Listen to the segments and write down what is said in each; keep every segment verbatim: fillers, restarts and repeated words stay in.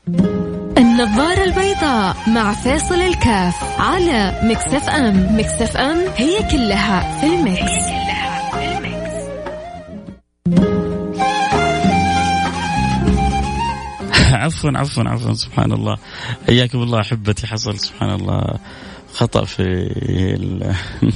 النظارة البيضاء مع فاصل الكاف على ميكس اف ام. ميكس اف ام هي كلها في الميكس. عفوا عفوا عفوا سبحان الله، حياكم الله أحبتي. حصل سبحان الله خطأ في ال...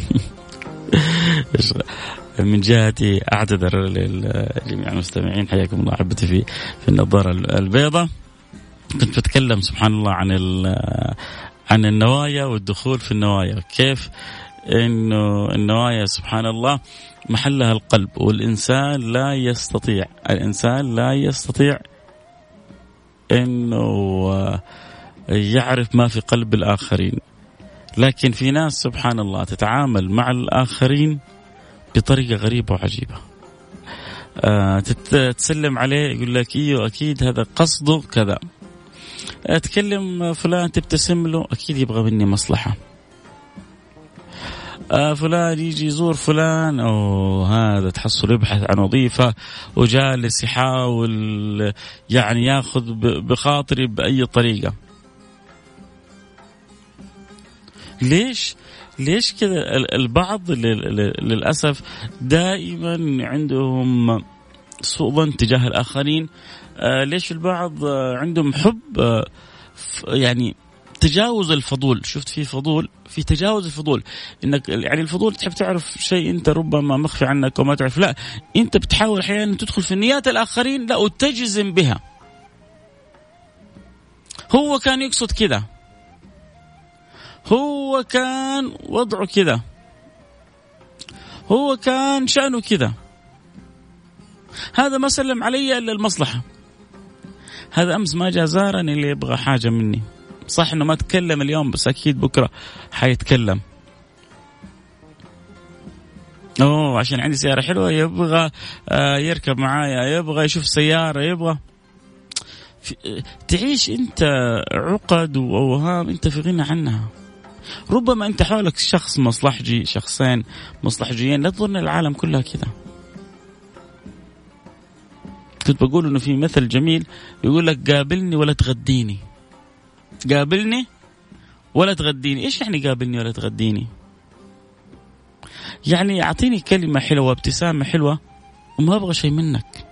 من جهتي، أعتذر لجميع المستمعين. حياكم الله أحبتي في في النظارة البيضاء. كنت بتكلم سبحان الله عن عن النوايا والدخول في النوايا، كيف إنه النوايا سبحان الله محلها القلب، والإنسان لا يستطيع الإنسان لا يستطيع إنه يعرف ما في قلب الآخرين. لكن في ناس سبحان الله تتعامل مع الآخرين بطريقة غريبة وعجيبة. أه تتسلم عليه يقول لك إيوه أكيد هذا قصده كذا. أتكلم فلان تبتسم له أكيد يبغى مني مصلحة. أه فلان يجي يزور فلان أو هذا تحصل يبحث عن وظيفة وجالس يحاول يعني ياخذ بخاطري بأي طريقة. ليش ليش كذا البعض للأسف دائما عندهم سوء ظن تجاه الآخرين؟ آه ليش البعض آه عندهم حب آه يعني تجاوز الفضول؟ شفت في فضول، في تجاوز الفضول، انك يعني الفضول تحب تعرف شيء انت ربما مخفي عنك وما تعرف، لا انت بتحاول احيانا تدخل في نيات الآخرين لا وتجزم بها. هو كان يقصد كذا، هو كان وضعه كذا، هو كان شأنه كذا، هذا ما سلم علي إلا المصلحة، هذا أمس ما جاء زارني اللي يبغى حاجة مني. صح إنه ما تكلم اليوم بس أكيد بكرة حيتكلم. أوه عشان عندي سيارة حلوة يبغى آه يركب معايا، يبغى يشوف سيارة، يبغى تعيش أنت عقد وأوهام أنت في غنى عنها. ربما أنت حولك شخص مصلحجي، شخصين مصلحجيين، لا تظن العالم كلها كذا. كنت بقول إنه في مثل جميل يقول لك قابلني ولا تغديني. قابلني ولا تغديني. إيش يعني قابلني ولا تغديني؟ يعني أعطيني كلمة حلوة وابتسامة حلوة وما أبغى شيء منك.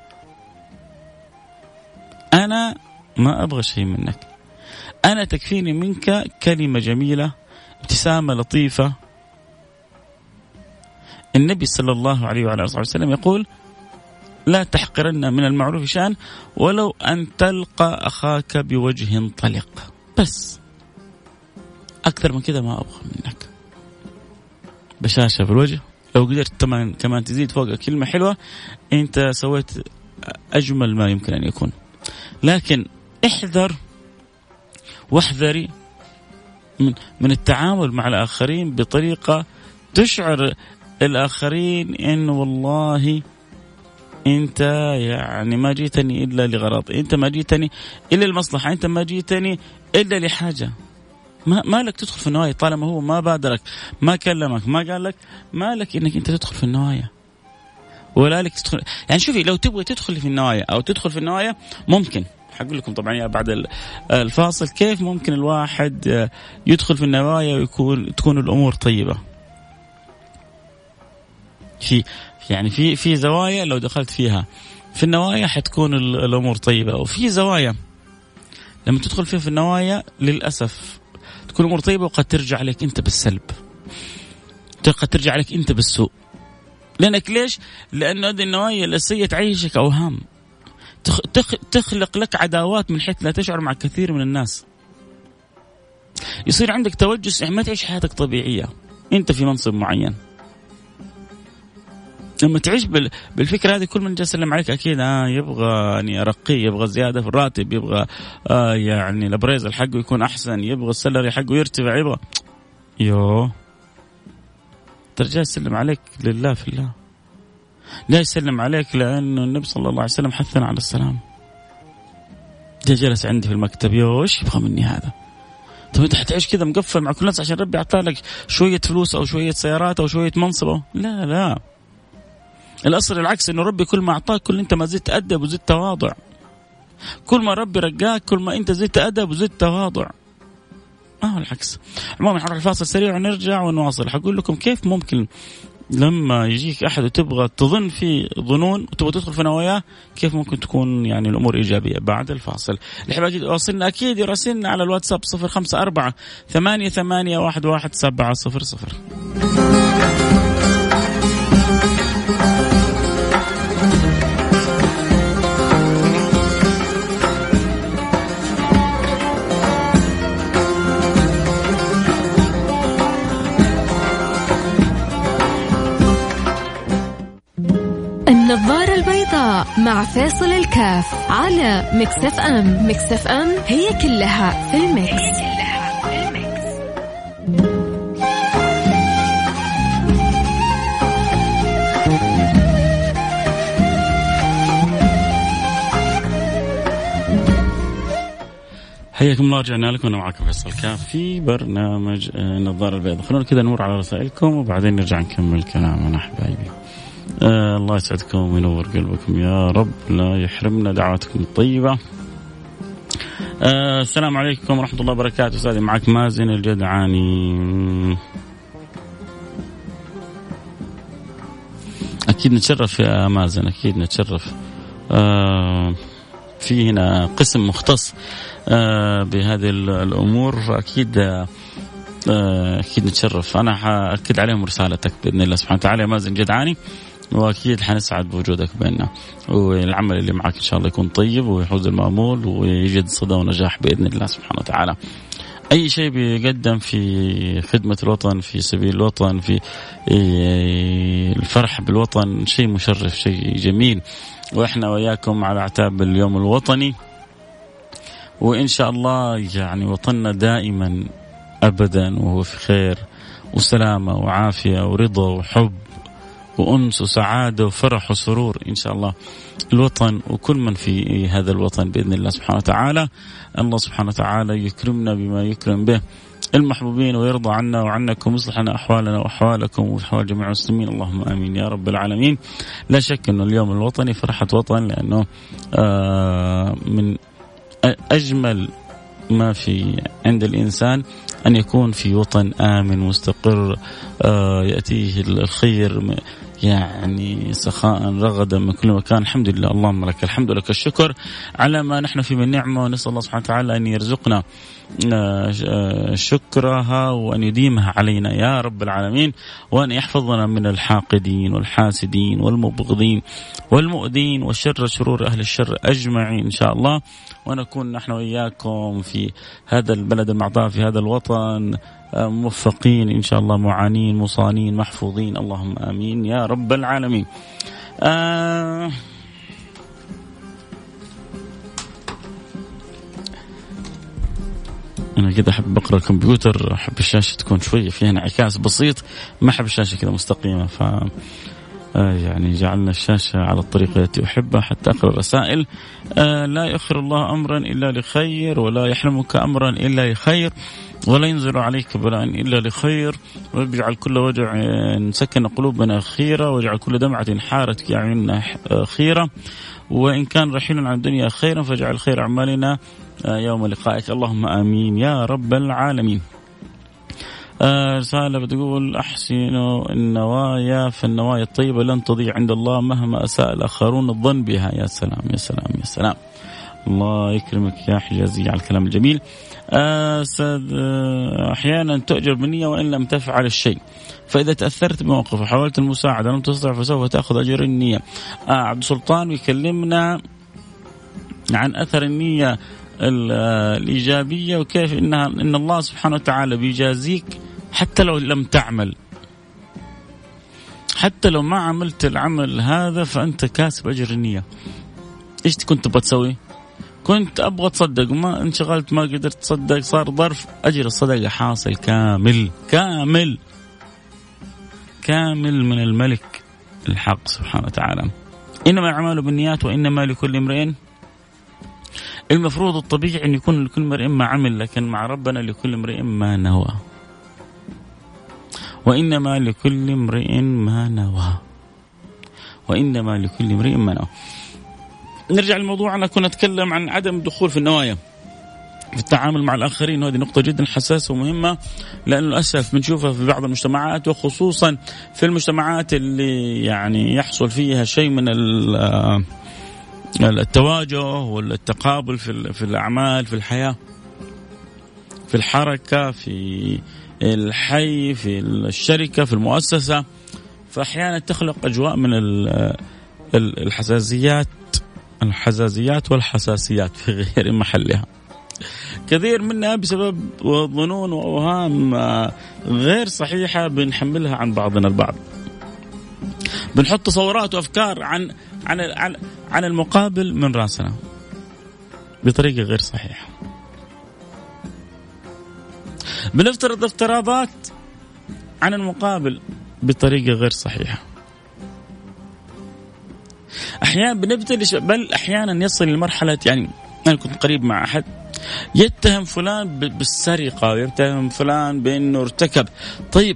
أنا ما أبغى شيء منك، أنا تكفيني منك كلمة جميلة، ابتسامة لطيفة. النبي صلى الله عليه وعلى آله وسلم يقول لا تحقرن من المعروف شأن ولو أن تلقى أخاك بوجه طلق. بس أكثر من كذا ما أبغى منك. بشاشة في الوجه، لو قدرت كمان كمان تزيد فوق كلمة حلوة أنت سويت أجمل ما يمكن أن يكون. لكن احذر واحذري من من التعامل مع الآخرين بطريقة تشعر الآخرين إنه والله أنت يعني ما جيتني إلا لغرض، أنت ما جيتني إلا المصلحة، أنت ما جيتني إلا لحاجة. ما مالك تدخل في النوايا طالما هو ما بادرك، ما كلمك، ما قال لك، مالك إنك أنت تدخل في النوايا ولا لك تدخل. يعني شوفي لو تبغى تدخل في النوايا أو تدخل في النوايا ممكن، حقول لكم طبعا بعد الفاصل كيف ممكن الواحد يدخل في النوايا ويكون تكون الأمور طيبة. في يعني في في زوايا لو دخلت فيها في النوايا حتكون الأمور طيبة، وفي زوايا لما تدخل فيها في النوايا للأسف تكون الأمور طيبة وقد ترجع عليك أنت بالسلب، قد ترجع عليك أنت بالسوء. لأنك ليش؟ لأن هذه النوايا الأساسية تعيشك أوهام، تخلق لك عداوات من حيث لا تشعر مع كثير من الناس. يصير عندك توجس، ما تعيش حياتك طبيعية، أنت في منصب معين. لما تعيش بالفكرة هذه كل من جاء سلم عليك أكيد آه يبغى يعني أرقي، يبغى زيادة في الراتب، يبغى آه يعني الأبريزل حقه يكون أحسن، يبغى السلري حقه يرتفع، يبغى يوه ترجع يسلم عليك لله في الله. لا يسلم عليك لأنه النبي صلى الله عليه وسلم حثنا على السلام. جاء جلس عندي في المكتب، يوه إيش يبغى مني هذا؟ طب أنت حتعيش كذا مقفل مع كل الناس عشان ربي أعطالك شوية فلوس أو شوية سيارات أو شوية منصب؟ لا لا، الأصل العكس، إنه ربي كل ما أعطاك كل أنت ما زدت أدب وزدت تواضع. كل ما ربي رقاك كل ما أنت زدت أدب وزدت تواضع. ما هو العكس. عموما حنروح الفاصل سريع ونرجع ونواصل. حقول لكم كيف ممكن لما يجيك أحد وتبغى تظن في ظنون وتبغى تدخل في نواياه، كيف ممكن تكون يعني الأمور إيجابية بعد الفاصل. اللي حاب يواصلنا أكيد يراسلنا على الواتساب صفر خمسة أربعة ثمانية ثمانية واحد واحد سبعة صفر صفر. النظارة البيضاء مع فاصل الكاف على مكسف أم. مكسف أم هي كلها في المكس. حياكم الله، رجعنا لكم أنا معكم فيصل الكاف في برنامج النظارة البيضاء. خلونا كذا نمر على رسائلكم وبعدين نرجع نكمل كلامنا حبايبي. آه الله يسعدكم وينور قلبكم يا رب، لا يحرمنا دعواتكم الطيبة. آه السلام عليكم ورحمة الله وبركاته. أستاذي معك مازن الجدعاني. أكيد نتشرف يا مازن، أكيد نتشرف. آه في هنا قسم مختص آه بهذه الأمور، فأكيد آه أكيد نتشرف. أنا حأكد عليهم رسالتك بإذن الله سبحانه وتعالى يا مازن جدعاني، وأكيد حنسعد بوجودك بيننا، والعمل اللي معك إن شاء الله يكون طيب ويحوز المأمول ويجد صدى ونجاح بإذن الله سبحانه وتعالى. أي شيء بيقدم في خدمة الوطن، في سبيل الوطن، في الفرح بالوطن، شيء مشرف، شيء جميل. وإحنا وياكم على أعتاب اليوم الوطني، وإن شاء الله يعني وطننا دائما أبدا وهو في خير وسلامة وعافية ورضا وحب وأنس وسعادة وفرح وسرور إن شاء الله. الوطن وكل من في هذا الوطن بإذن الله سبحانه وتعالى. الله سبحانه وتعالى يكرمنا بما يكرم به المحبوبين، ويرضى عنا وعنكم، ويصلح لنا أحوالنا وأحوالكم وأحوال جميع المسلمين، اللهم آمين يا رب العالمين. لا شك أنه اليوم الوطني فرحة وطن، لأنه آه من أجمل ما في عند الإنسان أن يكون في وطن آمن مستقر، آه يأتيه الخير يعني سخاء رغدا من كل مكان. الحمد لله، اللهم لك الحمد ولك الشكر على ما نحن في من نعمة، ونسأل الله سبحانه وتعالى أن يرزقنا شكرها وأن يديمها علينا يا رب العالمين، وأن يحفظنا من الحاقدين والحاسدين والمبغضين والمؤذين وشر شرور أهل الشر أجمعين إن شاء الله، ونكون نحن وإياكم في هذا البلد المعطاء، في هذا الوطن موفقين إن شاء الله، معانين مصانين محفوظين، اللهم آمين يا رب العالمين. آه أنا كده أحب أقرأ الكمبيوتر، أحب الشاشة تكون شوية فيها انعكاس بسيط، ما أحب الشاشة كده مستقيمة، ف آه يعني جعلنا الشاشة على الطريقة التي أحبها حتى أقرأ الرسائل. آه لا يؤخر الله أمرا إلا لخير، ولا يحرمك أمرا إلا لخير، ولا ينزل عليك بلاء إلا لخير، ويجعل كل وجع سكن قلوبنا خيرا، ويجعل كل دمعة حارت أعيننا خيرا، وإن كان رحيل عن الدنيا خيرا فاجعل خير أعمالنا يوم لقائك، اللهم آمين يا رب العالمين. رسالة بتقول أحسنوا النوايا فالنوايا الطيبة لن تضيع عند الله مهما أساء الآخرون الظن بها. يا سلام يا سلام يا سلام، الله يكرمك يا حجازي على الكلام الجميل. أحيانا تؤجر بالنية وإن لم تفعل الشيء، فإذا تأثرت بموقف وحاولت المساعدة لم تستطع فسوف تأخذ أجر النية. آه عبد السلطان يكلمنا عن أثر النية الإيجابية، وكيف إنها إن الله سبحانه وتعالى بيجازيك حتى لو لم تعمل، حتى لو ما عملت العمل هذا فأنت كاسب أجر النية. إيش كنت تبغى تسوي؟ كنت أبغى تصدق وما انشغلت ما قدرت تصدق، صار ظرف، أجر الصدقة حاصل كامل كامل كامل من الملك الحق سبحانه وتعالى. إنما الأعمال بالنيات وإنما لكل امرئ. المفروض الطبيعي أن يكون لكل امرئ ما عمل، لكن مع ربنا لكل امرئ ما نوى، وإنما لكل امرئ ما نوى، وإنما لكل امرئ ما نوى. نرجع للموضوع. أنا كنت أتكلم عن عدم الدخول في النوايا في التعامل مع الآخرين، وهذه نقطة جدا حساسة ومهمة، لأن للأسف بنشوفها في بعض المجتمعات، وخصوصا في المجتمعات اللي يعني يحصل فيها شيء من التواجه والتقابل في في الأعمال، في الحياة، في الحركة، في الحي، في الشركة، في المؤسسة. فأحيانا تخلق أجواء من الحساسيات الحساسيات والحساسيات في غير محلها، كثير منها بسبب ظنون وأوهام غير صحيحة بنحملها عن بعضنا البعض. بنحط تصورات وأفكار عن عن عن, عن المقابل من رأسنا بطريقة غير صحيحة. بنفترض افتراضات عن المقابل بطريقة غير صحيحة. أحيانا بنبتلش، بل أحيانا يصل لمرحلة، يعني أنا كنت قريب مع أحد يتهم فلان بالسرقة ويتهم فلان بأنه ارتكب. طيب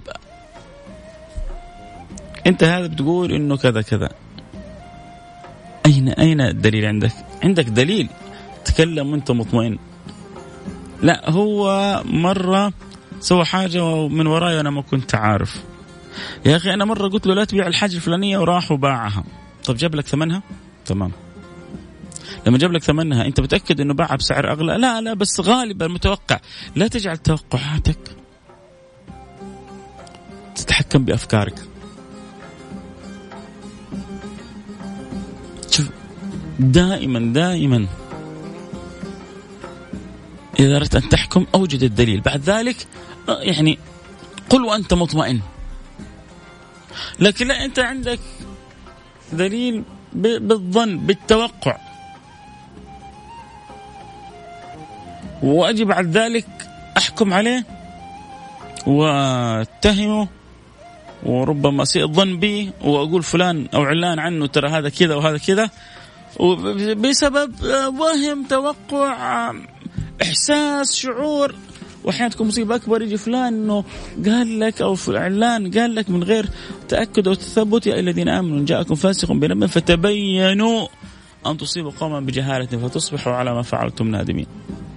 أنت هذا بتقول إنه كذا كذا، أين أين الدليل عندك؟ عندك دليل تكلم وأنت مطمئن. لا، هو مرة سوى حاجة من وراي وأنا ما كنت عارف. يا أخي أنا مرة قلت له لا تبيع الحاجة الفلانية وراح وباعها. طب جاب لك ثمنها؟ تمام. لما جاب لك ثمنها أنت متأكد إنه باعها بسعر أغلى؟ لا لا، بس غالبا متوقع. لا تجعل توقعاتك تتحكم بأفكارك. شوف، دائما دائما إذا أردت أن تحكم أوجد الدليل، بعد ذلك يعني قل وأنت مطمئن. لكن لا، أنت عندك دليل بالظن، بالتوقع، وأجي بعد ذلك أحكم عليه واتهمه وربما أسيء الظن به وأقول فلان أو علان عنه ترى هذا كذا وهذا كذا، بسبب وهم، توقع، إحساس، شعور. وأحيانا تكون مصيبة أكبر، يجي فلان إنه قال لك أو علان قال لك من غير تأكد أو تثبت: يا الذين آمنوا إن جاءكم فاسق بنبأ فتبينوا أن تصيبوا قوما بجهالة فتصبحوا على ما فعلتم نادمين.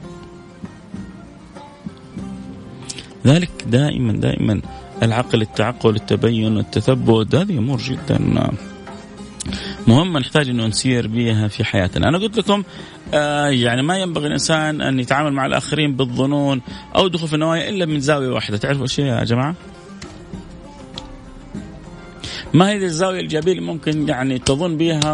ذلك دائما دائما العقل، التعقل، التبين، التثبت، هذه أمور جدا مهمة نحتاج أنه نسير بها في حياتنا. أنا قلت لكم آه يعني ما ينبغي الإنسان أن يتعامل مع الآخرين بالظنون أو دخول في النوايا إلا من زاوية واحدة. تعرفوا شيء يا جماعة؟ ما هي الزاوية الإيجابية اللي ممكن يعني تظن بها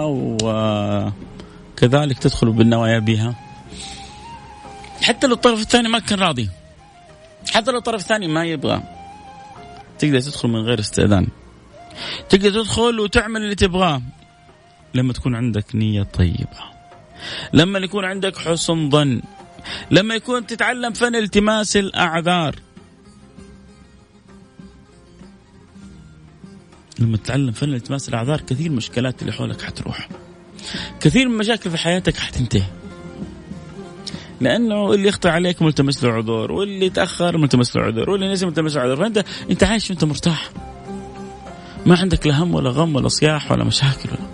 وكذلك تدخل بالنوايا بها؟ حتى لو الطرف الثاني ما كان راضي، حتى لو الطرف الثاني ما يبغى، تقدر تدخل من غير استئذان، تقدر تدخل وتعمل اللي تبغاه لما تكون عندك نية طيبة، لما يكون عندك حسن ظن، لما يكون تتعلم فن التماس الأعذار. لما تتعلم فن التماس الأعذار كثير مشكلات اللي حولك حتروح، كثير من مشاكل في حياتك حتنتهي، لأنه اللي يخطئ عليك ملتمس له عذر، واللي تأخر ملتمس له عذر، واللي نسي ملتمس له عذر. فأنت أنت عايش وأنت مرتاح، ما عندك لا هم ولا غم ولا صياح ولا مشاكل ولا.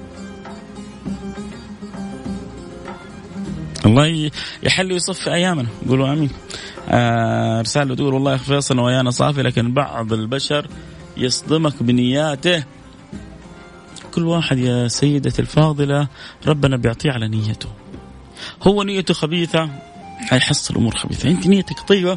الله يحل ويصفي أيامنا، قولوا آمين. آه رسالة تقول: والله يا أخي فيصل ويانا صافي، لكن بعض البشر يصدمك بنياته. كل واحد يا سيدتي الفاضلة ربنا بيعطيه على نيته. هو نيته خبيثة هيحصل أمور خبيثة، أنت نيتك طيبة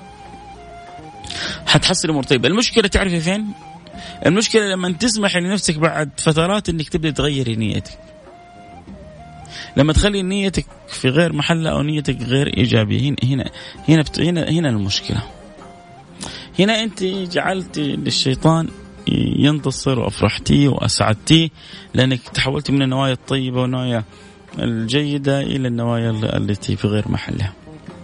هتحصل أمور طيبة. المشكلة تعرفي فين؟ المشكلة لما تسمح لنفسك بعد فترات أنك تبدأ تغيري نيتك، لما تخلي نيتك في غير محلها أو نيتك غير إيجابية. هنا هنا هنا هنا المشكلة. هنا أنت جعلت للشيطان ينتصر وأفرحتي وأسعدتي، لأنك تحولت من النوايا الطيبة والنوايا الجيدة إلى النوايا التي في غير محلها.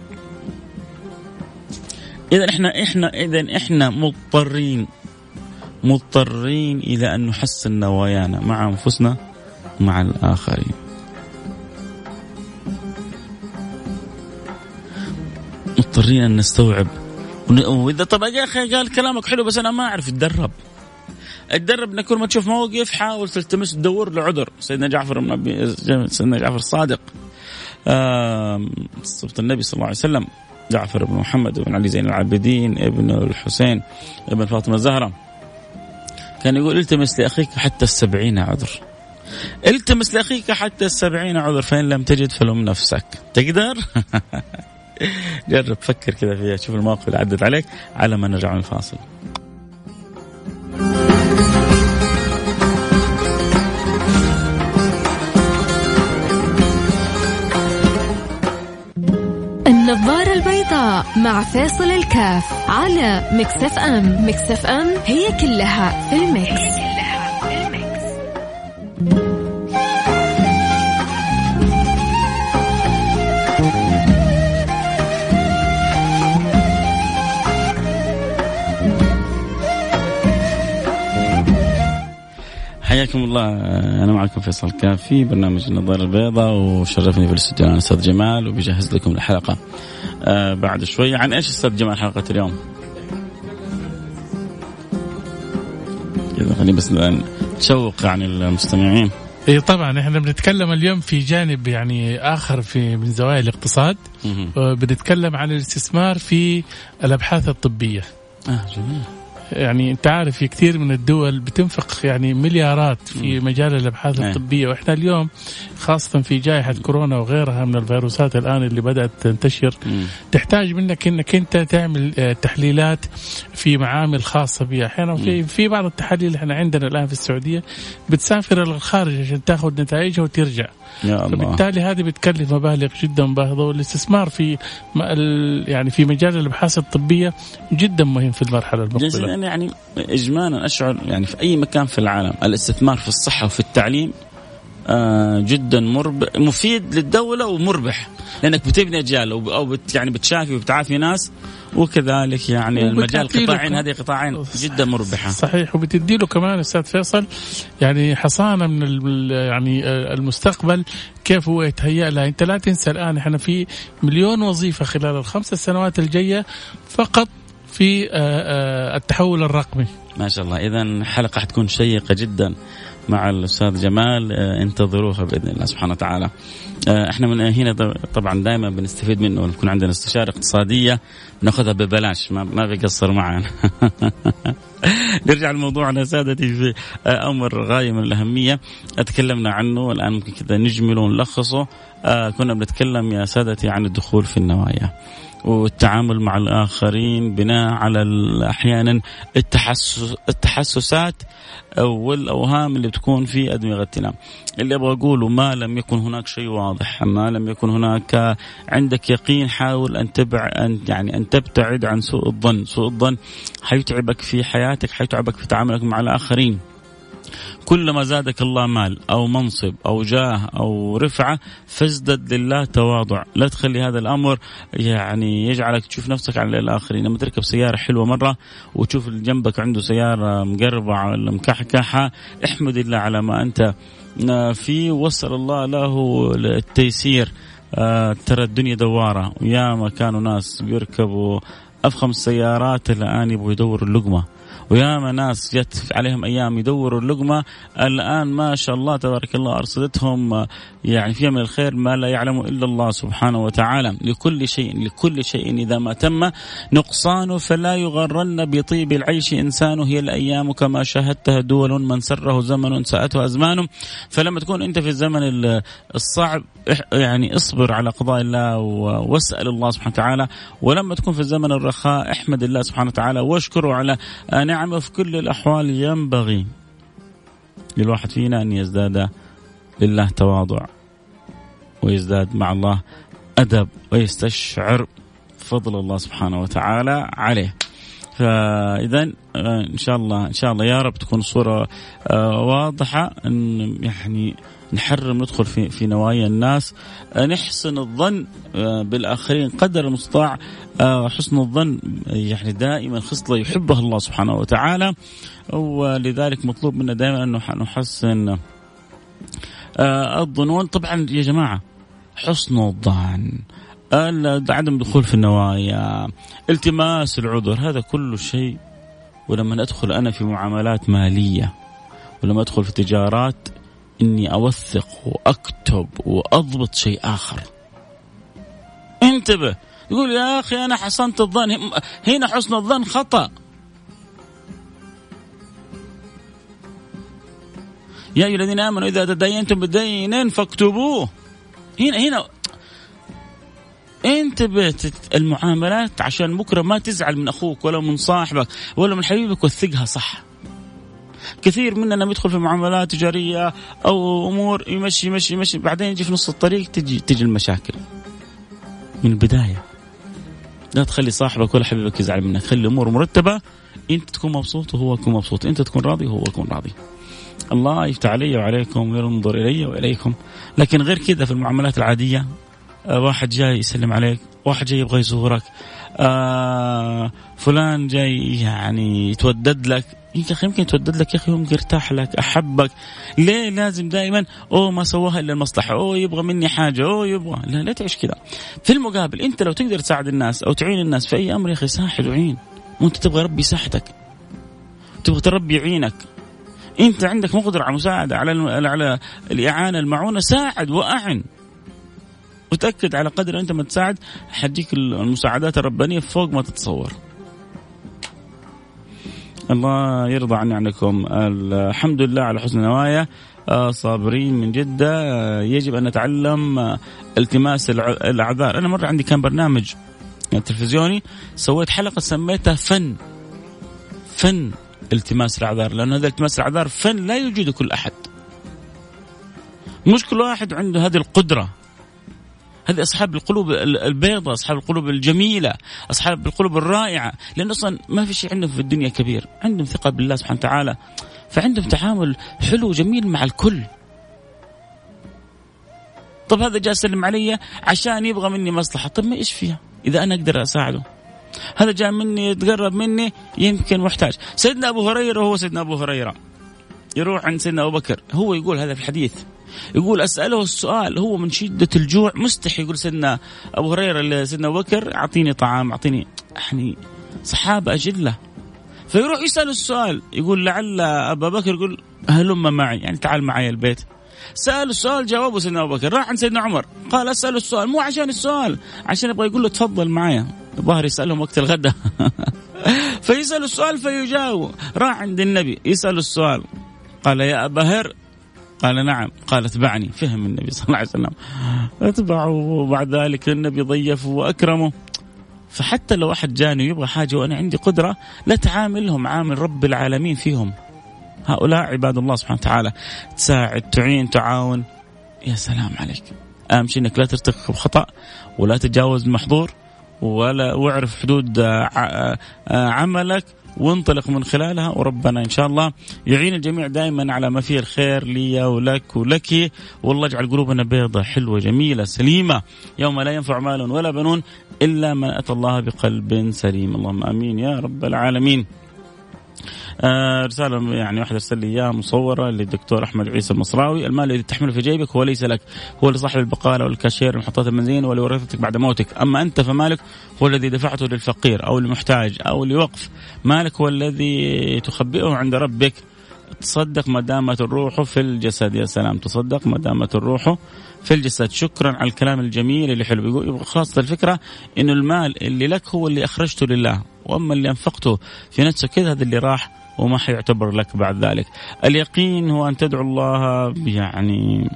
إذا إحنا إحنا إذا إحنا مضطرين مضطرين إلى أن نحسن نوايانا مع أنفسنا ومع الآخرين. مضطرين أن نستوعب. وإذا طب يا أخي قال كلامك حلو بس أنا ما أعرف أتدرب، اتدرب ان كل ما تشوف موقف حاول تلتمس تدور له عذر. سيدنا جعفر بن أبي سيدنا جعفر الصادق صفة النبي صلى الله عليه وسلم، جعفر بن محمد بن علي زين العابدين ابن الحسين ابن فاطمة الزهرة، كان يقول التمس لأخيك حتى السبعين عذر، التمس لأخيك حتى السبعين عذر، فإن لم تجد فلوم نفسك. تقدر؟ جرب فكر كذا فيها، شوف المواقف اللي عدت عليك على ما نرجع من الفاصل. النظارة البيضاء مع فاصل الكاف على مكسف أم. مكسف أم هي كلها في المكس. حياكم الله، أنا معكم فيصل كاف في برنامج النظارة البيضاء، وشرفني في الاستوديو أنا أستاذ جمال، وبجهز لكم الحلقة آه بعد شوي. عن إيش أستاذ جمال حلقة اليوم؟ كذا خليني بس نتشوق عن المستمعين. إيه طبعا احنا بنتكلم اليوم في جانب يعني آخر في من زوايا الاقتصاد، بنتكلم عن الاستثمار في الأبحاث الطبية. آه جميل. يعني انت عارف في كثير من الدول بتنفق يعني مليارات في مجال الابحاث الطبيه، واحنا اليوم خاصه في جائحه كورونا وغيرها من الفيروسات الان اللي بدات تنتشر، تحتاج منك انك انت تعمل تحليلات في معامل خاصه بها. احيانا في في بعض التحاليل احنا عندنا الان في السعوديه بتسافر للخارج عشان تاخذ نتائجها وترجع. يا الله. فبالتالي هذه بتكلف مبالغ جدا باهظه، والاستثمار في يعني في مجال الابحاث الطبيه جدا مهم في المرحله المقبله. يعني إجمالا أشعر يعني في أي مكان في العالم الاستثمار في الصحة وفي التعليم آه جدا مربح مفيد للدولة ومربح، لأنك بتبني أجيال أو بت يعني بتشافي وبتعافي ناس، وكذلك يعني المجال قطاعين هذه قطاعين جدا مربحة. صحيح، وبتدي له كمان أستاذ فيصل يعني حصانة من يعني المستقبل كيف هو يتهيأ لها. أنت لا تنسى الآن إحنا في مليون وظيفة خلال الخمس سنوات الجاية فقط في التحول الرقمي. ما شاء الله. إذن حلقة حتكون شيقة جدا مع الأستاذ جمال، انتظروها بإذن الله سبحانه وتعالى. احنا من هنا طبعا دائما بنستفيد منه، ونكون عندنا استشارة اقتصادية ناخذها ببلاش، ما ما بيقصر معنا. نرجع لموضوعنا سادتي في أمر غاية من الأهمية تكلمنا عنه، والآن ممكن كذا نجمله ونلخصه. كنا بنتكلم يا سادتي عن الدخول في النوايا والتعامل مع الآخرين بناء على أحيانا التحسس التحسسات والأوهام اللي بتكون في أدمغتنا. اللي أبغى أقوله ما لم يكن هناك شيء واضح، ما لم يكن هناك عندك يقين، حاول أن تبع أن يعني أن تبتعد عن سوء الظن. سوء الظن حيتعبك في حياتك، حيتعبك في تعاملك مع الآخرين. كلما زادك الله مال أو منصب أو جاه أو رفعة فازدد لله تواضع. لا تخلي هذا الأمر يعني يجعلك تشوف نفسك على الآخرين. لما تركب سيارة حلوة مرة وتشوف اللي جنبك عنده سيارة مقربة ولا مكحكحة، احمد الله على ما أنت فيه، وصل الله له التيسير. آه ترى الدنيا دوارة، ويا ما كانوا ناس بيركبوا أفخم السيارات الآن يبغوا يدوروا اللقمة، وياما ناس جت عليهم أيام يدوروا اللقمة الآن ما شاء الله تبارك الله أرصدتهم يعني فيها من الخير ما لا يعلم إلا الله سبحانه وتعالى. لكل شيء لكل شيء إذا ما تم نقصانه فلا يغرن بطيب العيش إنسان، هي الأيام كما شاهدتها دول من سره زمن ساءته أزمانه. فلما تكون أنت في الزمن الصعب يعني اصبر على قضاء الله واسأل الله سبحانه وتعالى، ولما تكون في الزمن الرخاء احمد الله سبحانه وتعالى واشكره على نعمه. في كل الأحوال ينبغي للواحد فينا أن يزداد لله تواضع، ويزداد مع الله أدب، ويستشعر فضل الله سبحانه وتعالى عليه. فإذا إن شاء الله إن شاء الله يا رب تكون الصورة واضحة، أن يعني نحرم ندخل في في نوايا الناس، نحسن الظن بالآخرين قدر المستطاع. حسن الظن يعني دائما خصلة يحبها الله سبحانه وتعالى، ولذلك مطلوب منا دائما أن نحسن الظنون. طبعا يا جماعة حسن الظن، عدم دخول في النوايا، التماس العذر، هذا كله شيء ولما أدخل أنا في معاملات مالية ولما أدخل في تجارات إني أوثق وأكتب وأضبط شيء آخر. انتبه، يقول يا أخي أنا حسنت الظن، هنا حسن الظن خطأ. يا أيها الذين آمنوا إذا تداينتم بدين فاكتبوه. هنا هنا انتبه المعاملات عشان بكرة ما تزعل من أخوك ولا من صاحبك ولا من حبيبك، وثقها صح. كثير مننا بيدخل في معاملات تجارية أو أمور يمشي يمشي يمشي بعدين يجي في نص الطريق تجي تجي المشاكل من البداية. لا تخلي صاحبك ولا حبيبك يزعل منك، خلي الأمور مرتبة، أنت تكون مبسوط وهو يكون مبسوط، أنت تكون راضي وهو يكون راضي. الله يفتح علي وعليكم وينظر إلي وإليكم. لكن غير كذا في المعاملات العادية، واحد جاي يسلم عليك، واحد جاي يبغى يزورك، آه فلان جاي يعني يتودد لك، يمكن يتودد لك يا أخي يوم يرتاح لك أحبك. ليه لازم دائما أوه ما سواها إلا المصلحة، أوه يبغى مني حاجة، أوه يبغى، لا لا تعيش كذا. في المقابل أنت لو تقدر تساعد الناس أو تعين الناس في أي أمر يا أخي ساعد وعين، وأنت تبغى ربي يساعدك، تبغى تربي يعينك، أنت عندك مقدرة على المساعدة على على الإعانة المعونة، ساعد وأعن، وتأكد على قدر أنت ما تساعد حديك المساعدات الربانية فوق ما تتصور. الله يرضى عني عنكم. الحمد لله على حسن النوايا، صابرين من جدة. يجب أن نتعلم التماس الأعذار. أنا مرة عندي كان برنامج تلفزيوني سويت حلقة سميتها فن فن التماس الأعذار، لأن هذا التماس الأعذار فن لا يوجد كل أحد، مش كل واحد عنده هذه القدرة. هذه أصحاب القلوب البيضاء، أصحاب القلوب الجميلة، أصحاب القلوب الرائعة، لأن أصلا ما في شيء عندهم في الدنيا كبير، عندهم ثقة بالله سبحانه وتعالى، فعندهم تعامل حلو جميل مع الكل. طب هذا جاء سلم علي عشان يبغى مني مصلحة، طب ما إيش فيها إذا أنا أقدر أساعده. هذا جاء مني يتقرب مني يمكن محتاج. سيدنا أبو هريرة هو سيدنا أبو هريرة يروح عند سيدنا أبو بكر، هو يقول هذا في الحديث، يقول أسأله السؤال هو من شدة الجوع مستحي، يقول سيدنا أبو هريرة لسيدنا أبو بكر أعطيني طعام أعطيني، يعني صحابة أجلة، فيروح يسأل السؤال، يقول لعل أبا بكر يقول هلم معي، يعني تعال معي البيت. سأل السؤال جاوبه سيدنا أبو بكر، راح عند سيدنا عمر قال أسأل السؤال، مو عشان السؤال، عشان يبغى يقول له تفضل معي، الظاهر يسألهم وقت الغداء فيسأل السؤال فيجاوب. راح عند النبي يسأل السؤال، قال يا أبا هر، قال نعم، قال اتبعني. فهم النبي صلى الله عليه وسلم، اتبعه، وبعد ذلك النبي ضيفه وأكرمه. فحتى لو أحد جاني ويبغى حاجة وأنا عندي قدرة، لا تعاملهم عامل رب العالمين فيهم، هؤلاء عباد الله سبحانه وتعالى، تساعد تعين تعاون، يا سلام عليك. أهم شيء أنك لا ترتكب خطأ ولا تتجاوز المحظور، ولا واعرف حدود عملك وانطلق من خلالها، وربنا إن شاء الله يعين الجميع دائما على ما فيه الخير لي ولك ولك، والله يجعل قلوبنا بيضة حلوة جميلة سليمة يوم لا ينفع مال ولا بنون إلا من أتى الله بقلب سليم. اللهم آمين يا رب العالمين. آه رسالة يعني واحد أرسل لي إياها مصورة للدكتور أحمد عيسى المصراوي، المال الذي تحمله في جيبك هو ليس لك، هو لصاحب البقالة والكاشير محطات البنزين ولورثتك بعد موتك، أما أنت فمالك هو الذي دفعته للفقير أو المحتاج أو لوقف، مالك هو الذي تخبئه عند ربك. تصدق ما دامت الروح في الجسد. يا سلام، تصدق ما دامت الروح في الجسد. شكرا على الكلام الجميل اللي حلو. يقول خلاصة الفكرة إنه المال اللي لك هو اللي أخرجته لله، وأما اللي أنفقته في نفسك كذا هذا اللي راح وما حيعتبر لك بعد ذلك. اليقين هو أن تدعو الله يعني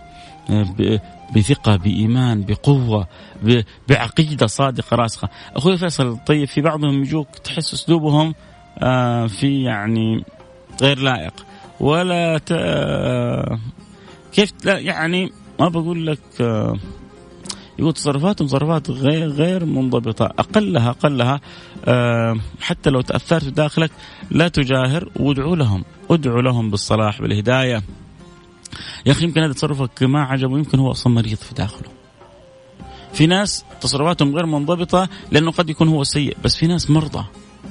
بثقة بإيمان بقوة بعقيدة صادقة راسخة. أخوي فيصل الطيب، في بعضهم يجوك تحس أسلوبهم في يعني غير لائق ولا ت... كيف لا يعني ما بقول لك، يقول تصرفاتهم تصرفات غير غير منضبطة، أقلها أقلها حتى لو تأثرت داخلك لا تجاهر، وادعوا لهم ادعوا لهم بالصلاح بالهداية. يا أخي يمكن هذا تصرفك ما عجبه، يمكن هو أصلا مريض في داخله. في ناس تصرفاتهم غير منضبطة لأنه قد يكون هو سيء، بس في ناس مرضى،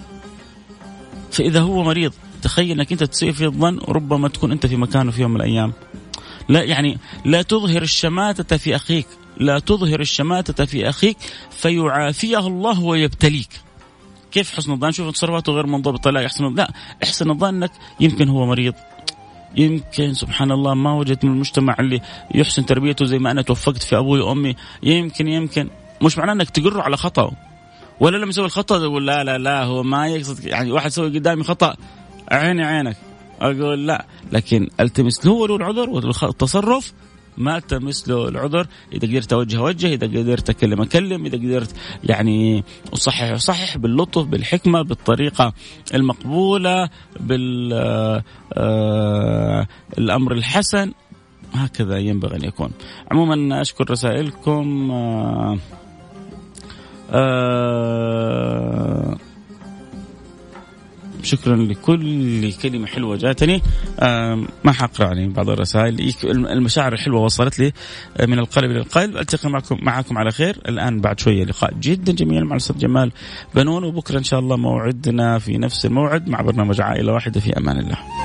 فإذا هو مريض تخيل أنك أنت تسيء في الظن، وربما تكون أنت في مكانه في يوم من الأيام. لا يعني لا تظهر الشماتة في أخيك، لا تظهر الشماتة في أخيك فيعافيه الله ويبتليك. كيف حسن الظن؟ شوف تصرفاته غير منضبطة، لا يحسن، لا احسن الظن انك يمكن هو مريض، يمكن سبحان الله ما وجدت من المجتمع اللي يحسن تربيته زي ما انا توفقت في ابوي وامي، يمكن يمكن مش معناه انك تقره على خطأه، ولا لما يسوي الخطأ يقول لا لا لا هو ما يقصد. يعني واحد يسوي قدامي خطأ عيني عينك اقول لا، لكن التمس له العذر، والتصرف ما التمس له العذر. اذا قدرت اوجه اوجه، اذا قدرت اكلم اكلم، اذا قدرت يعني اصحح اصحح باللطف بالحكمه بالطريقه المقبوله بالامر الحسن، هكذا ينبغي ان يكون. عموما اشكر رسائلكم. آه آه شكرا لكل كلمة حلوة جاتني. ما حقرأ يعني بعض الرسائل، المشاعر الحلوة وصلت لي من القلب إلى القلب. ألتقي معكم معكم على خير الآن بعد شوية لقاء جدا جميل مع الأستاذ جمال بنون، وبكرة إن شاء الله موعدنا في نفس الموعد مع برنامج عائلة واحدة. في أمان الله.